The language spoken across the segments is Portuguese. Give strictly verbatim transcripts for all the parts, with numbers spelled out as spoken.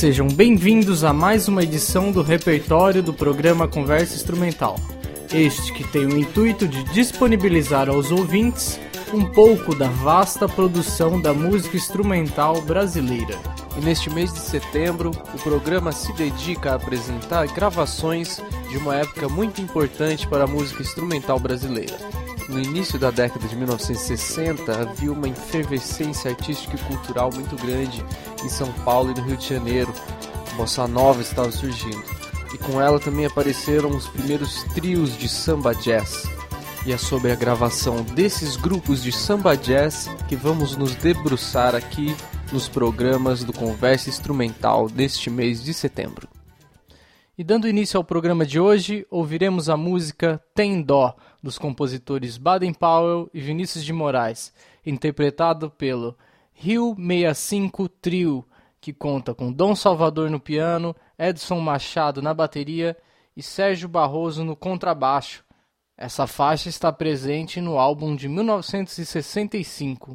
Sejam bem-vindos a mais uma edição do repertório do programa Conversa Instrumental. Este que tem o intuito de disponibilizar aos ouvintes um pouco da vasta produção da música instrumental brasileira. E neste mês de setembro, o programa se dedica a apresentar gravações de uma época muito importante para a música instrumental brasileira. No início da década de mil novecentos e sessenta, havia uma efervescência artística e cultural muito grande em São Paulo e no Rio de Janeiro. A bossa nova estava surgindo. E com ela também apareceram os primeiros trios de samba jazz. E é sobre a gravação desses grupos de samba jazz que vamos nos debruçar aqui nos programas do Conversa Instrumental deste mês de setembro. E dando início ao programa de hoje, ouviremos a música Tem Dó, dos compositores Baden Powell e Vinícius de Moraes, interpretado pelo Rio sessenta e cinco Trio, que conta com Dom Salvador no piano, Edson Machado na bateria e Sérgio Barroso no contrabaixo. Essa faixa está presente no álbum de mil novecentos e sessenta e cinco.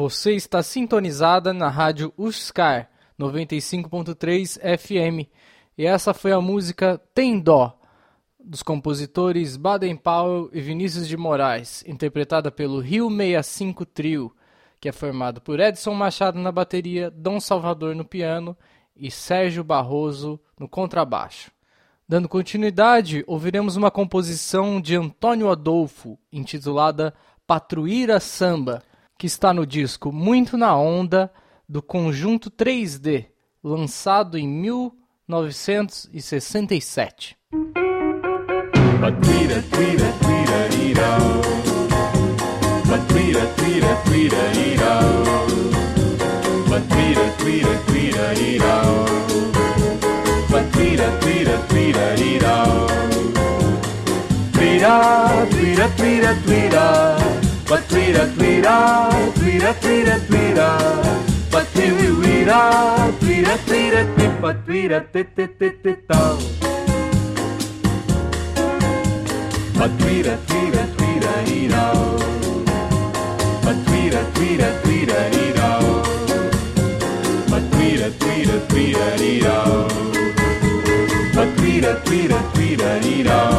Você está sintonizada na rádio UFSCar noventa e cinco ponto três F M e essa foi a música Tem Dó, dos compositores Baden Powell e Vinícius de Moraes, interpretada pelo Rio sessenta e cinco Trio, que é formado por Edson Machado na bateria, Dom Salvador no piano e Sérgio Barroso no contrabaixo. Dando continuidade, ouviremos uma composição de Antônio Adolfo, intitulada Patruíra Samba, que está no disco Muito na Onda, do Conjunto três D, lançado em mil novecentos e sessenta e sete. Patruíra, tuíra, tuíra, irá. Patruíra, tuíra, tuíra, irá. Patruíra, tuíra, tuíra, irá. Patruíra, tuíra, tuíra, irá. Tuíra, tuíra, tuíra, tuíra. Patruíra, tuíra, tuíra, tuíra, tuíra. Patruíra, tuíra, tuíra, tuíra, patruíra, te, te, te, te, tal. Patruíra, tuíra, tuíra, irá. Patruíra, tuíra, tuíra, irá. Patruíra, tuíra, tuíra, irá. Patruíra, tuíra, tuíra, irá.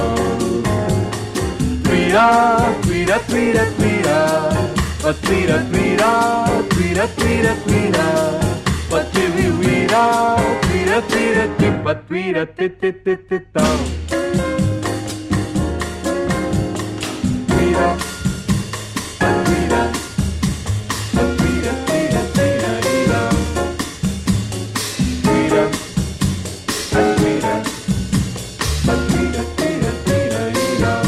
Tuíra, tuíra, tuíra, tuíra. Patruíra, tuíra, tuíra, tuíra, tuíra. Patruíra, tuíra, tuíra, tuíra, patruíra, te, te, te, te, tal. Tuíra, patruíra, patruíra, tuíra, tuíra, irá. Tuíra, patruíra, patruíra, tuíra, tuíra, irá.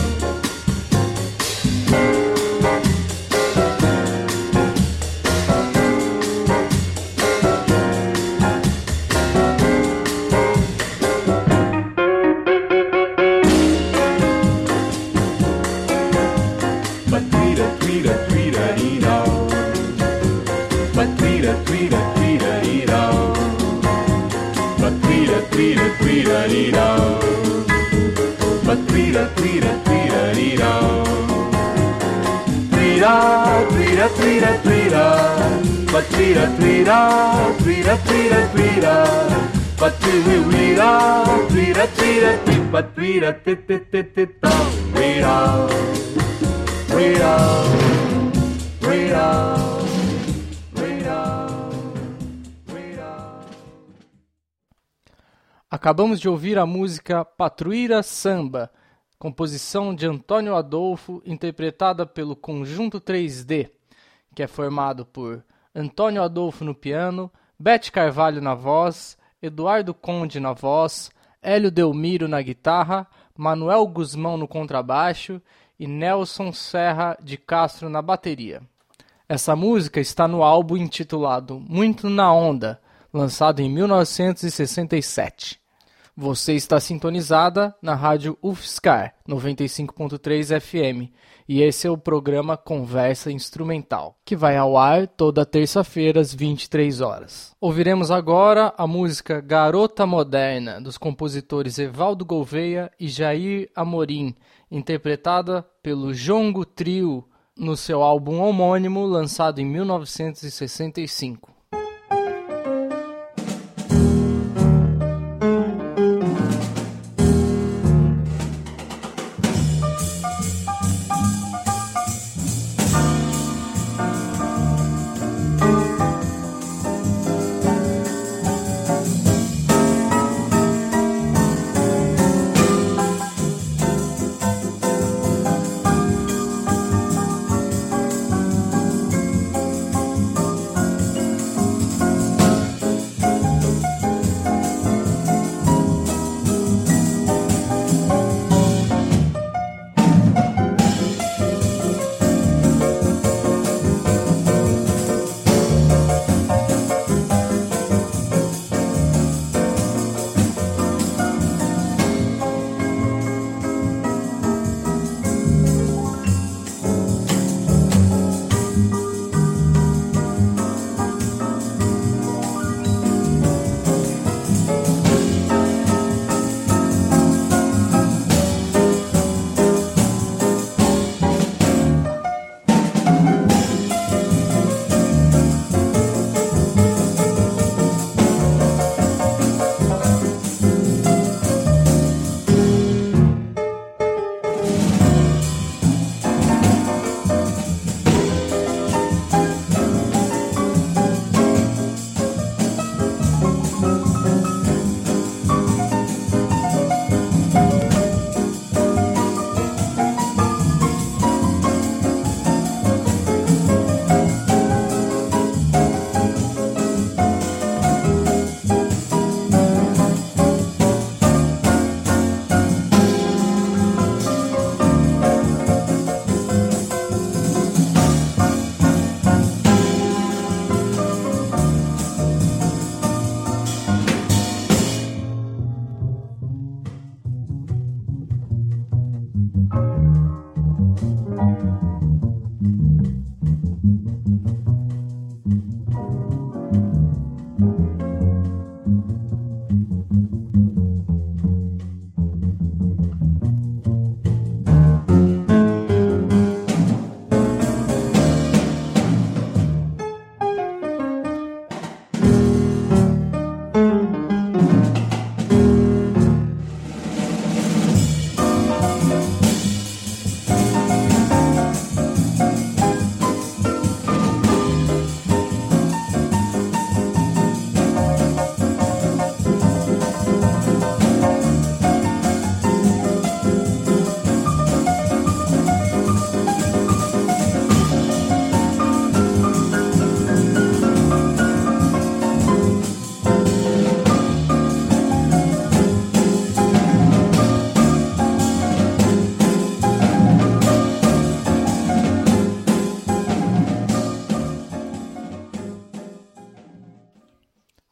Tuira, tuira, patruíra, tuira, tuira, tuira, tuira, patruíra, tuira, tuira, tuira, patruíra, te, te, te, te, tal. Tuira, tuira, tuira, tuira, tuira. Acabamos de ouvir a música Patruíra Samba, composição de Antônio Adolfo, interpretada pelo Conjunto três D, que é formado por Antônio Adolfo no piano, Bete Carvalho na voz, Eduardo Conde na voz, Hélio Delmiro na guitarra, Manuel Guzmão no contrabaixo e Nelson Serra de Castro na bateria. Essa música está no álbum intitulado Muito na Onda, lançado em mil novecentos e sessenta e sete. Você está sintonizada na rádio UFSCar noventa e cinco ponto três F M e esse é o programa Conversa Instrumental, que vai ao ar toda terça-feira às vinte e três horas. Ouviremos agora a música Garota Moderna, dos compositores Evaldo Gouveia e Jair Amorim, interpretada pelo Jongo Trio no seu álbum homônimo lançado em mil novecentos e sessenta e cinco.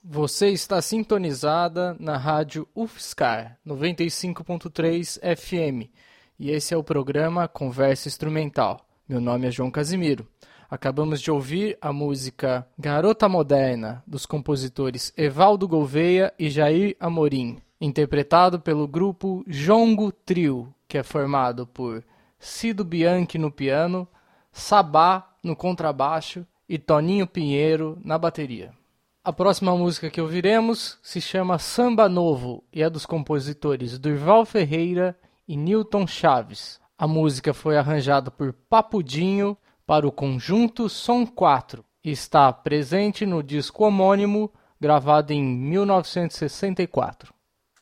Você está sintonizada na rádio UFSCar noventa e cinco ponto três F M e esse é o programa Conversa Instrumental. Meu nome é João Casimiro. Acabamos de ouvir a música Garota Moderna, dos compositores Evaldo Gouveia e Jair Amorim, interpretado pelo grupo Jongo Trio, que é formado por Cido Bianchi no piano, Sabá no contrabaixo e Toninho Pinheiro na bateria. A próxima música que ouviremos se chama Samba Novo e é dos compositores Durval Ferreira e Newton Chaves. A música foi arranjada por Papudinho para o conjunto Som quatro e está presente no disco homônimo gravado em mil novecentos e sessenta e quatro.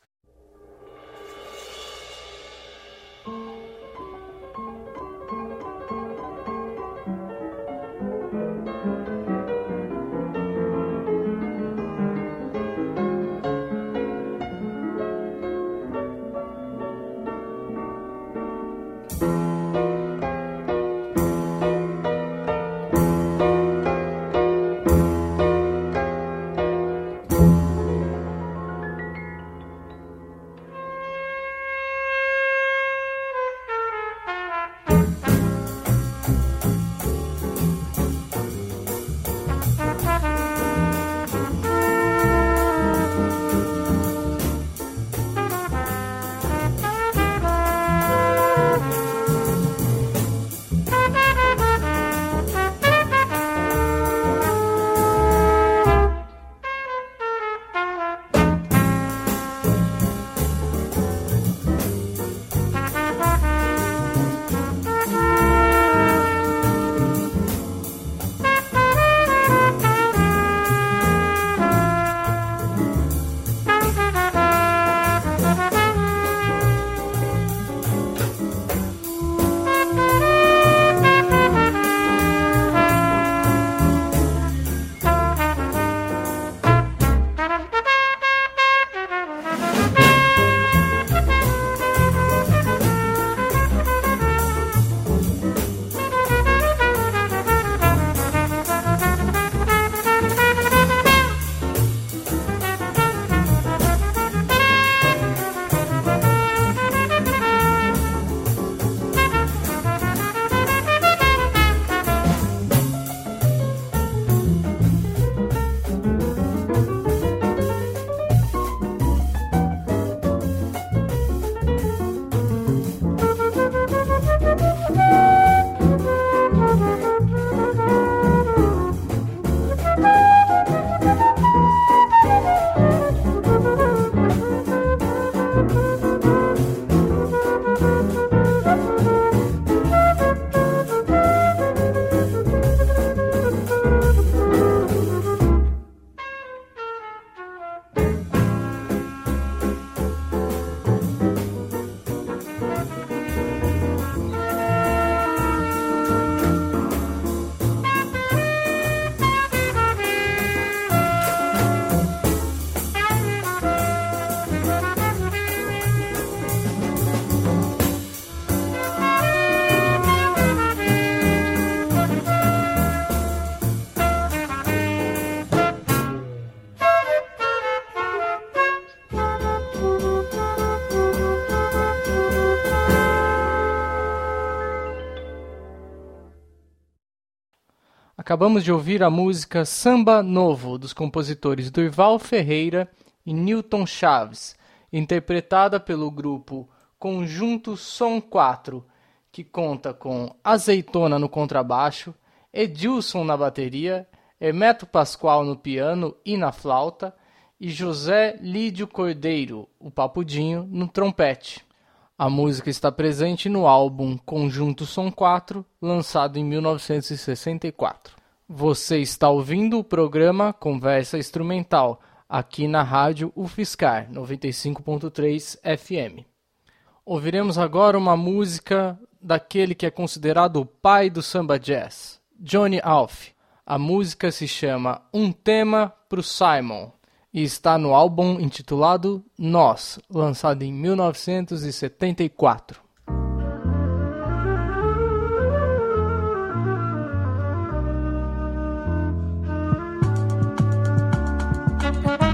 Acabamos de ouvir a música Samba Novo, dos compositores Durval Ferreira e Newton Chaves, interpretada pelo grupo Conjunto Som quatro, que conta com Azeitona no contrabaixo, Edilson na bateria, Hermeto Pascoal no piano e na flauta, e José Lídio Cordeiro, o Papudinho, no trompete. A música está presente no álbum Conjunto Som quatro, lançado em mil novecentos e sessenta e quatro. Você está ouvindo o programa Conversa Instrumental, aqui na rádio UFSCar, noventa e cinco ponto três F M. Ouviremos agora uma música daquele que é considerado o pai do samba jazz, Johnny Alf. A música se chama Um Tema pro Simon e está no álbum intitulado Nós, lançado em mil novecentos e setenta e quatro. Thank you.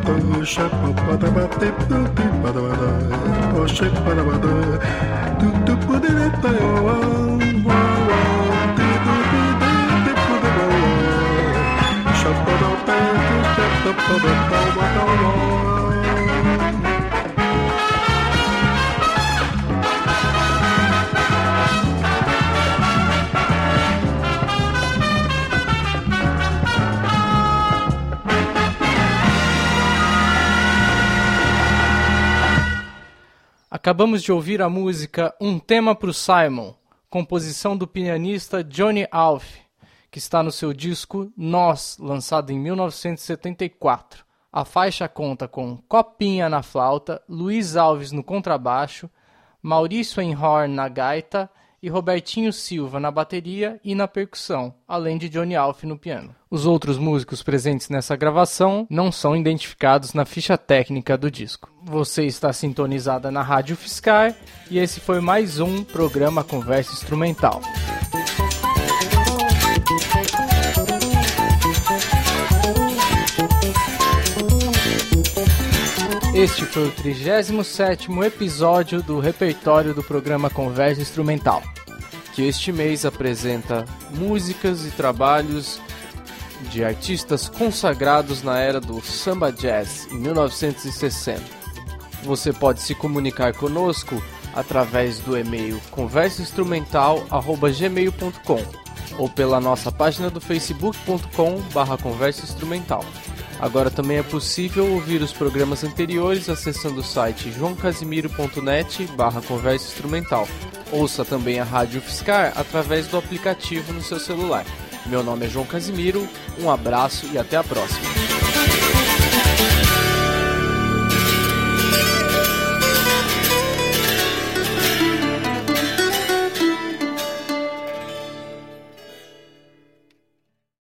Acabamos de ouvir a música Um Tema pro Simon, composição do pianista Johnny Alf, que está no seu disco Nós, lançado em mil novecentos e setenta e quatro. A faixa conta com Copinha na flauta, Luiz Alves no contrabaixo, Maurício Einhorn na gaita e Robertinho Silva na bateria e na percussão, além de Johnny Alf no piano. Os outros músicos presentes nessa gravação não são identificados na ficha técnica do disco. Você está sintonizada na Rádio Fiscar e esse foi mais um programa Conversa Instrumental. Este foi o trigésimo sétimo episódio do repertório do programa Conversa Instrumental, que este mês apresenta músicas e trabalhos de artistas consagrados na era do samba jazz, em mil novecentos e sessenta. Você pode se comunicar conosco através do e-mail conversa instrumental arroba gmail ponto com ou pela nossa página do facebook ponto com barra conversa instrumental. Agora também é possível ouvir os programas anteriores acessando o site joão casimiro ponto net barra conversa instrumental. Ouça também a Rádio Fiscar através do aplicativo no seu celular. Meu nome é João Casimiro, um abraço e até a próxima.